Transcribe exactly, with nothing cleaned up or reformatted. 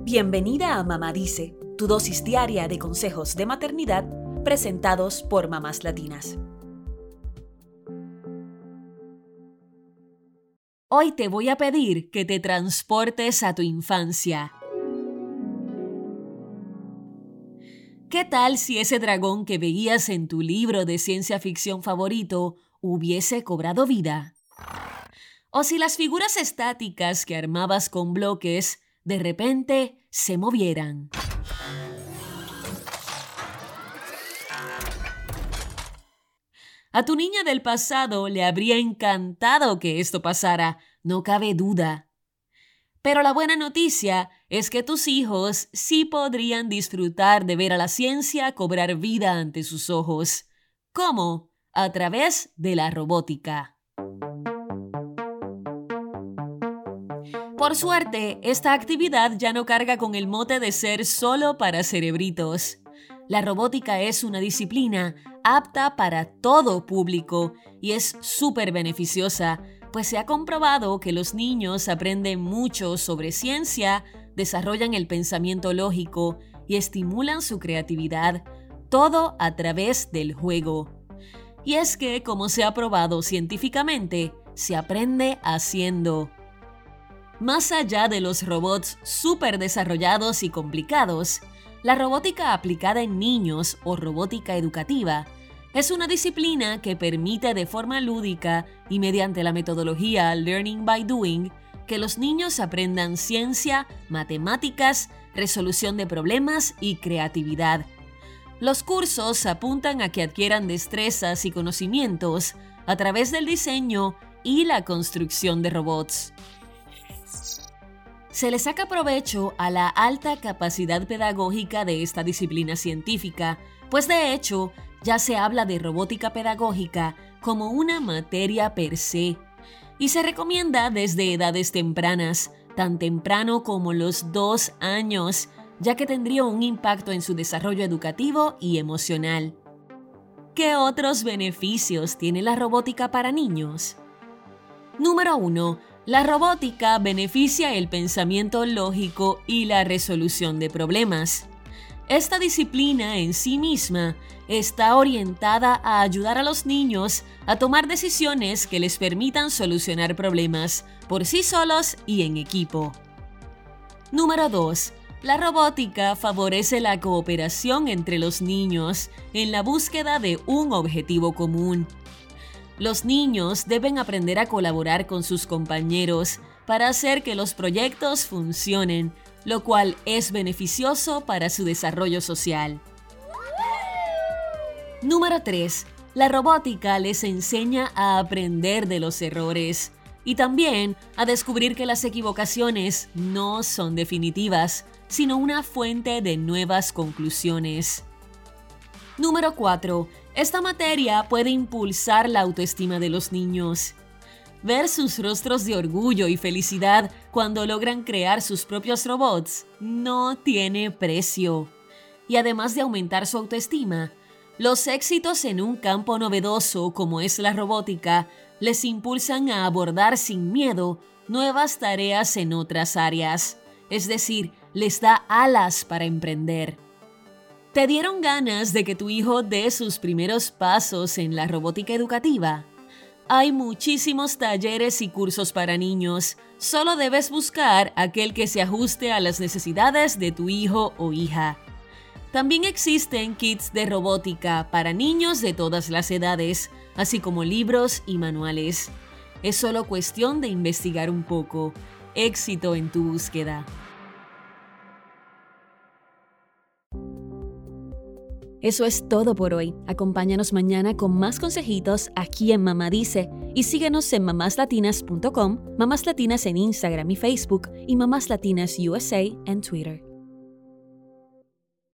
Bienvenida a Mamá Dice, tu dosis diaria de consejos de maternidad presentados por mamás latinas. Hoy te voy a pedir que te transportes a tu infancia. ¿Qué tal si ese dragón que veías en tu libro de ciencia ficción favorito hubiese cobrado vida? O si las figuras estáticas que armabas con bloques de repente se movieran. A tu niña del pasado le habría encantado que esto pasara, no cabe duda. Pero la buena noticia es que tus hijos sí podrían disfrutar de ver a la ciencia cobrar vida ante sus ojos. ¿Cómo? A través de la robótica. Por suerte, esta actividad ya no carga con el mote de ser solo para cerebritos. La robótica es una disciplina apta para todo público y es súper beneficiosa, pues se ha comprobado que los niños aprenden mucho sobre ciencia, desarrollan el pensamiento lógico y estimulan su creatividad, todo a través del juego. Y es que, como se ha probado científicamente, se aprende haciendo. Más allá de los robots súper desarrollados y complicados, la robótica aplicada en niños o robótica educativa es una disciplina que permite de forma lúdica y mediante la metodología Learning by Doing que los niños aprendan ciencia, matemáticas, resolución de problemas y creatividad. Los cursos apuntan a que adquieran destrezas y conocimientos a través del diseño y la construcción de robots. Se le saca provecho a la alta capacidad pedagógica de esta disciplina científica, pues de hecho ya se habla de robótica pedagógica como una materia per se, y se recomienda desde edades tempranas, tan temprano como los dos años, ya que tendría un impacto en su desarrollo educativo y emocional. ¿Qué otros beneficios tiene la robótica para niños? Número uno. La robótica beneficia el pensamiento lógico y la resolución de problemas. Esta disciplina en sí misma está orientada a ayudar a los niños a tomar decisiones que les permitan solucionar problemas por sí solos y en equipo. Número dos. La robótica favorece la cooperación entre los niños en la búsqueda de un objetivo común. Los niños deben aprender a colaborar con sus compañeros para hacer que los proyectos funcionen, lo cual es beneficioso para su desarrollo social. Número tres. La robótica les enseña a aprender de los errores y también a descubrir que las equivocaciones no son definitivas, sino una fuente de nuevas conclusiones. Número cuatro. Esta materia puede impulsar la autoestima de los niños. Ver sus rostros de orgullo y felicidad cuando logran crear sus propios robots no tiene precio. Y además de aumentar su autoestima, los éxitos en un campo novedoso como es la robótica les impulsan a abordar sin miedo nuevas tareas en otras áreas. Es decir, les da alas para emprender. ¿Te dieron ganas de que tu hijo dé sus primeros pasos en la robótica educativa? Hay muchísimos talleres y cursos para niños. Solo debes buscar aquel que se ajuste a las necesidades de tu hijo o hija. También existen kits de robótica para niños de todas las edades, así como libros y manuales. Es solo cuestión de investigar un poco. Éxito en tu búsqueda. Eso es todo por hoy. Acompáñanos mañana con más consejitos aquí en Mamá Dice y síguenos en mamás latinas punto com, Mamás Latinas en Instagram y Facebook y Mamás Latinas U S A en Twitter.